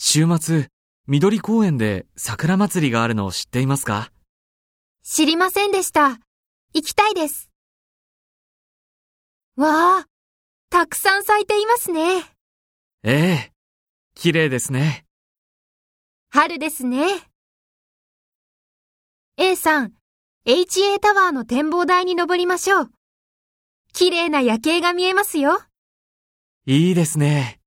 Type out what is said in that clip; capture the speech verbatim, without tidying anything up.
週末、緑公園で桜祭りがあるのを知っていますか？ 知りませんでした。行きたいです。わあ、たくさん咲いていますね。 ええ、綺麗ですね。 春ですね。A さん、エイチエー タワーの展望台に登りましょう。綺麗な夜景が見えますよ。 いいですね。